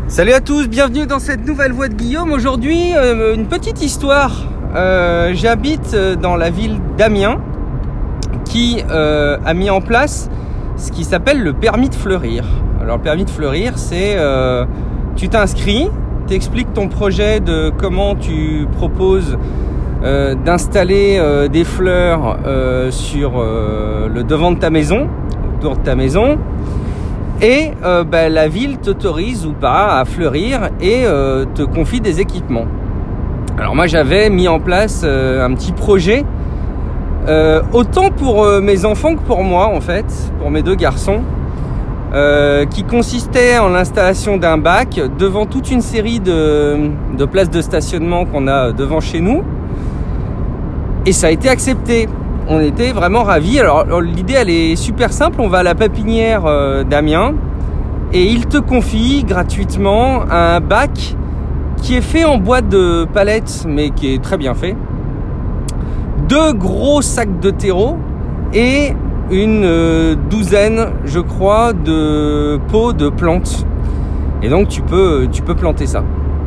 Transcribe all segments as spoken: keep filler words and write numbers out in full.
Salut à tous, bienvenue dans cette nouvelle voix de Guillaume. Aujourd'hui, euh, une petite histoire. Euh, j'habite dans la ville d'Amiens qui euh, a mis en place ce qui s'appelle le permis de fleurir. Alors le permis de fleurir, c'est euh, tu t'inscris, t'expliques ton projet de comment tu proposes euh, d'installer euh, des fleurs euh, sur euh, le devant de ta maison, autour de ta maison. Et euh, bah, la ville t'autorise ou pas à fleurir et euh, te confie des équipements. Alors moi j'avais mis en place euh, un petit projet, euh, autant pour euh, mes enfants que pour moi en fait, pour mes deux garçons, euh, qui consistait en l'installation d'un bac devant toute une série de, de places de stationnement qu'on a devant chez nous. Et ça a été accepté. On était vraiment ravis. Alors l'idée elle est super simple, on va à la pépinière euh, d'Amiens et il te confie gratuitement un bac qui est fait en bois de palette mais qui est très bien fait. Deux gros sacs de terreau et une euh, douzaine, je crois, de pots de plantes. Et donc tu peux, tu peux planter ça.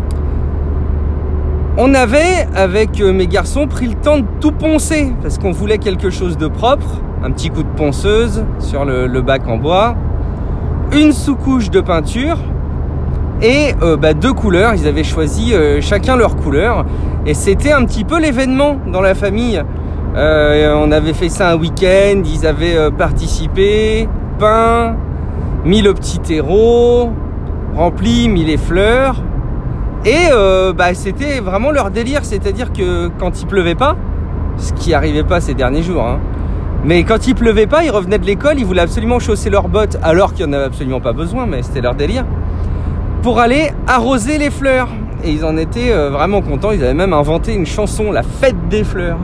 On avait, avec mes garçons, pris le temps de tout poncer parce qu'on voulait quelque chose de propre. Un petit coup de ponceuse sur le, le bac en bois, une sous-couche de peinture et euh, bah, deux couleurs. Ils avaient choisi euh, chacun leur couleur et c'était un petit peu l'événement dans la famille. Euh, on avait fait ça un week-end, ils avaient euh, participé, peint, mis le petit terreau, rempli, mis les fleurs. Et euh, bah, c'était vraiment leur délire, c'est-à-dire que quand il pleuvait pas, ce qui arrivait pas ces derniers jours, hein, mais quand il pleuvait pas, ils revenaient de l'école, ils voulaient absolument chausser leurs bottes, alors qu'il n'y en avait absolument pas besoin, mais c'était leur délire, pour aller arroser les fleurs. Et ils en étaient euh, vraiment contents, ils avaient même inventé une chanson, la fête des fleurs.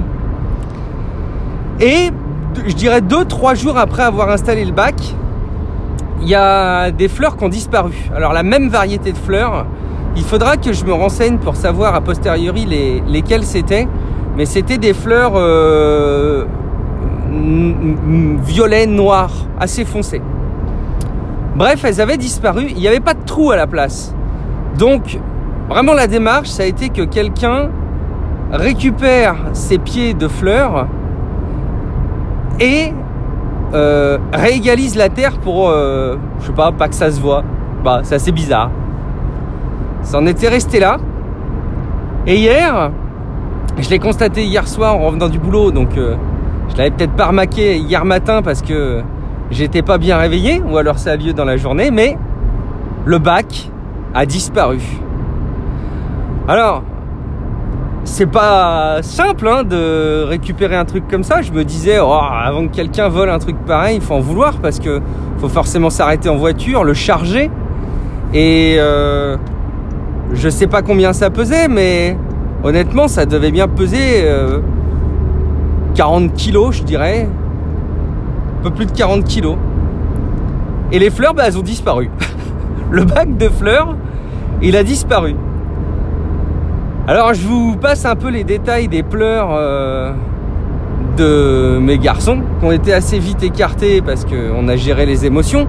Et je dirais deux, trois jours après avoir installé le bac, il y a des fleurs qui ont disparu. Alors la même variété de fleurs. Il faudra que je me renseigne pour savoir a posteriori les, lesquelles c'était. Mais c'était des fleurs euh, violet, noir, assez foncées. Bref, elles avaient disparu. Il n'y avait pas de trou à la place. Donc, vraiment la démarche, ça a été que quelqu'un récupère ces pieds de fleurs et euh, réégalise la terre pour, euh, je sais pas, pas que ça se voit. Bah, c'est assez bizarre. Ça en était resté là. Et hier, je l'ai constaté hier soir en revenant du boulot, donc euh, je l'avais peut-être pas remarqué hier matin parce que j'étais pas bien réveillé, ou alors ça a lieu dans la journée, mais le bac a disparu. Alors, c'est pas simple hein, de récupérer un truc comme ça. Je me disais, oh, avant que quelqu'un vole un truc pareil, il faut en vouloir parce que faut forcément s'arrêter en voiture, le charger et... Euh, je sais pas combien ça pesait, mais honnêtement, ça devait bien peser euh, quarante kilos, je dirais. Un peu plus de quarante kilos. Et les fleurs, bah, elles ont disparu. Le bac de fleurs, il a disparu. Alors, je vous passe un peu les détails des pleurs euh, de mes garçons, qui ont été assez vite écartés parce qu'on a géré les émotions.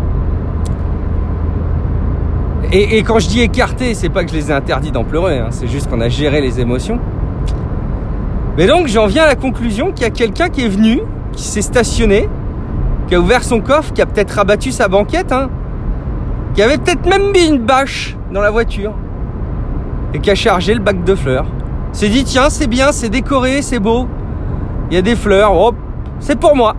Et, et quand je dis écarté, c'est pas que je les ai interdits d'en pleurer, hein, c'est juste qu'on a géré les émotions. Mais donc j'en viens à la conclusion qu'il y a quelqu'un qui est venu, qui s'est stationné, qui a ouvert son coffre, qui a peut-être rabattu sa banquette, hein, qui avait peut-être même mis une bâche dans la voiture et qui a chargé le bac de fleurs. S'est dit tiens c'est bien, c'est décoré, c'est beau, il y a des fleurs, hop, c'est pour moi.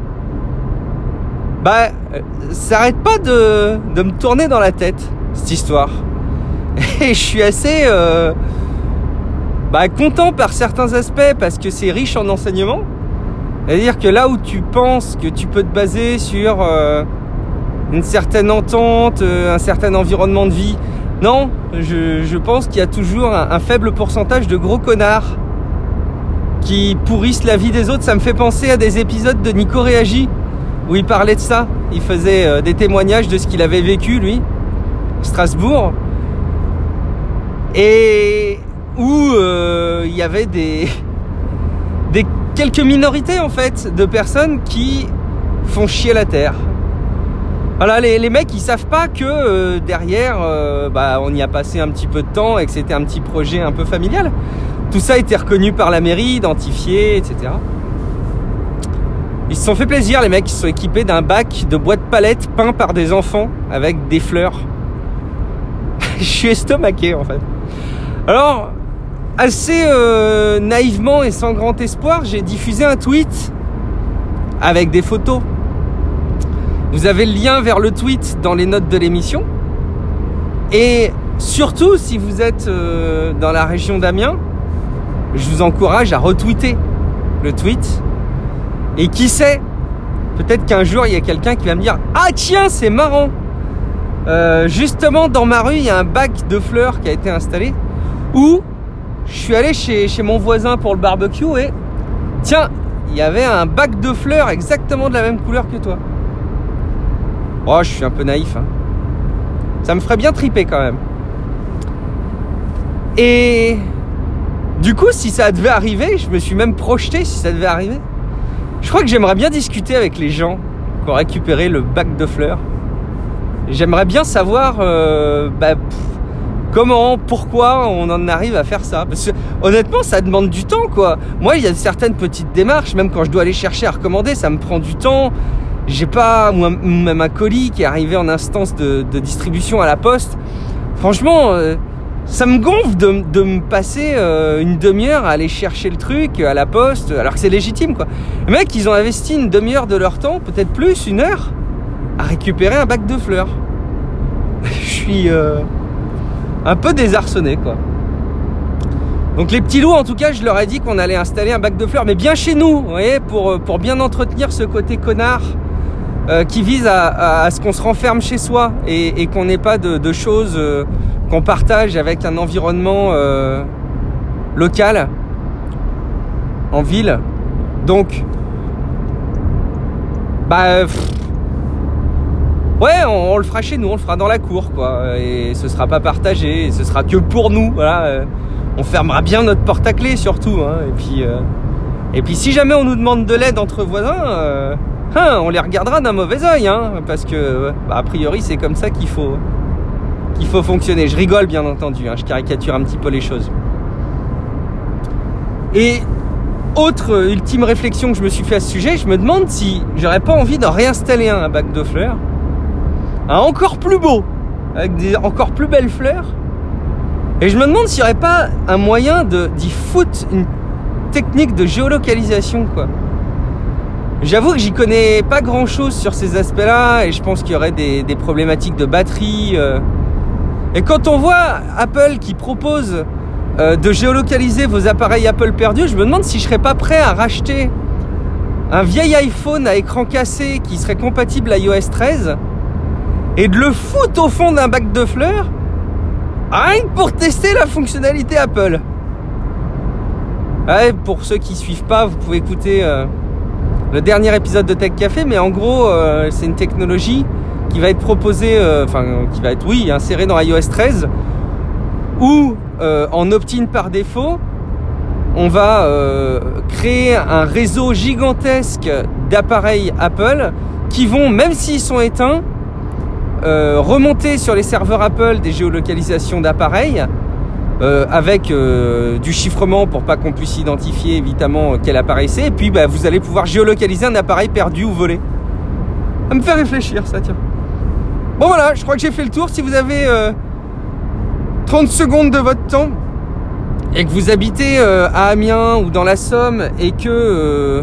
Bah ça arrête pas de, de me tourner dans la tête cette histoire. Et je suis assez euh, bah, content par certains aspects parce que c'est riche en enseignements. C'est-à-dire que là où tu penses que tu peux te baser sur euh, une certaine entente, euh, un certain environnement de vie, non, je, je pense qu'il y a toujours un, un faible pourcentage de gros connards qui pourrissent la vie des autres. Ça me fait penser à des épisodes de Nico Réagi où il parlait de ça. Il faisait euh, des témoignages de ce qu'il avait vécu lui Strasbourg, et où euh, il y avait des, des quelques minorités en fait de personnes qui font chier la terre. Voilà, les, les mecs ils savent pas que euh, derrière euh, bah, on y a passé un petit peu de temps et que c'était un petit projet un peu familial. Tout ça a été reconnu par la mairie, identifié, et cetera. Ils se sont fait plaisir, les mecs. Ils se sont équipés d'un bac de bois de palettes peint par des enfants avec des fleurs. Je suis estomaqué en fait. Alors, assez euh, naïvement et sans grand espoir, j'ai diffusé un tweet avec des photos. Vous avez le lien vers le tweet dans les notes de l'émission. Et surtout, si vous êtes euh, dans la région d'Amiens, je vous encourage à retweeter le tweet. Et qui sait, peut-être qu'un jour, il y a quelqu'un qui va me dire « Ah tiens, c'est marrant euh, justement, dans ma rue, il y a un bac de fleurs qui a été installé. Où je suis allé chez, chez mon voisin pour le barbecue et tiens, il y avait un bac de fleurs exactement de la même couleur que toi. » Oh, je suis un peu naïf. Hein. Ça me ferait bien triper quand même. Et du coup, si ça devait arriver, je me suis même projeté si ça devait arriver. Je crois que j'aimerais bien discuter avec les gens qui ont récupéré le bac de fleurs. J'aimerais bien savoir euh, bah, pff, comment, pourquoi on en arrive à faire ça. Parce que honnêtement, ça demande du temps, quoi. Moi, il y a certaines petites démarches, même quand je dois aller chercher à recommander, ça me prend du temps. J'ai pas, moi, même un colis qui est arrivé en instance de, de distribution à la poste. Franchement, euh, ça me gonfle de, de me passer euh, une demi-heure à aller chercher le truc à la poste, alors que c'est légitime, quoi. Les mecs, ils ont investi une demi-heure de leur temps, peut-être plus, une heure, à récupérer un bac de fleurs. Je suis euh, un peu désarçonné, quoi. Donc les petits loups, en tout cas, je leur ai dit qu'on allait installer un bac de fleurs, mais bien chez nous, vous voyez, pour, pour bien entretenir ce côté connard euh, qui vise à, à, à ce qu'on se renferme chez soi et, et qu'on n'ait pas de, de choses euh, qu'on partage avec un environnement euh, local, en ville. Donc, bah, pff, ouais, on, on le fera chez nous, on le fera dans la cour, quoi. Et ce sera pas partagé, et ce sera que pour nous, voilà. On fermera bien notre porte à clé surtout, hein. Et puis, euh, et puis si jamais on nous demande de l'aide entre voisins, euh, hein, on les regardera d'un mauvais œil, hein, parce que, bah, a priori, c'est comme ça qu'il faut, qu'il faut fonctionner. Je rigole, bien entendu, hein, je caricature un petit peu les choses. Et autre ultime réflexion que je me suis fait à ce sujet, je me demande si j'aurais pas envie d'en réinstaller un, un bac de fleurs, un encore plus beau, avec des encore plus belles fleurs. Et je me demande s'il n'y aurait pas un moyen de, d'y foutre une technique de géolocalisation, quoi. J'avoue que j'y connais pas grand chose sur ces aspects-là, et je pense qu'il y aurait des, des problématiques de batterie. Euh. Et quand on voit Apple qui propose euh, de géolocaliser vos appareils Apple perdus, je me demande si je serais pas prêt à racheter un vieil iPhone à écran cassé qui serait compatible à i O S treize et de le foutre au fond d'un bac de fleurs, rien que pour tester la fonctionnalité Apple. Ouais, pour ceux qui suivent pas, vous pouvez écouter euh, le dernier épisode de Tech Café, mais en gros, euh, c'est une technologie qui va être proposée, enfin, euh, qui va être, oui, insérée dans i O S treize, où, euh, en opt-in par défaut, on va euh, créer un réseau gigantesque d'appareils Apple qui vont, même s'ils sont éteints, Euh, remonter sur les serveurs Apple des géolocalisations d'appareils euh, avec euh, du chiffrement pour pas qu'on puisse identifier évidemment quel appareil c'est, et puis bah, vous allez pouvoir géolocaliser un appareil perdu ou volé. Ça me fait réfléchir, ça, tiens. Bon voilà, je crois que j'ai fait le tour. Si vous avez euh, trente secondes de votre temps et que vous habitez euh, à Amiens ou dans la Somme et que euh,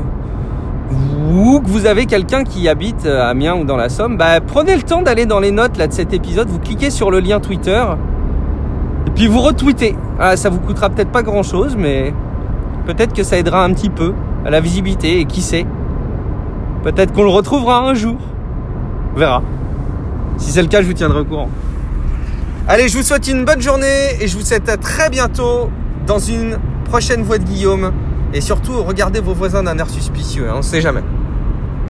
ou que vous avez quelqu'un qui habite à Amiens ou dans la Somme, bah, prenez le temps d'aller dans les notes là, de cet épisode, vous cliquez sur le lien Twitter et puis vous retweetez. Ah, ça vous coûtera peut-être pas grand chose, mais peut-être que ça aidera un petit peu à la visibilité, et qui sait, peut-être qu'on le retrouvera un jour. On verra. Si c'est le cas, je vous tiendrai au courant. Allez, je vous souhaite une bonne journée et je vous souhaite à très bientôt dans une prochaine Voix de Guillaume. Et surtout, regardez vos voisins d'un air suspicieux, hein, on ne sait jamais.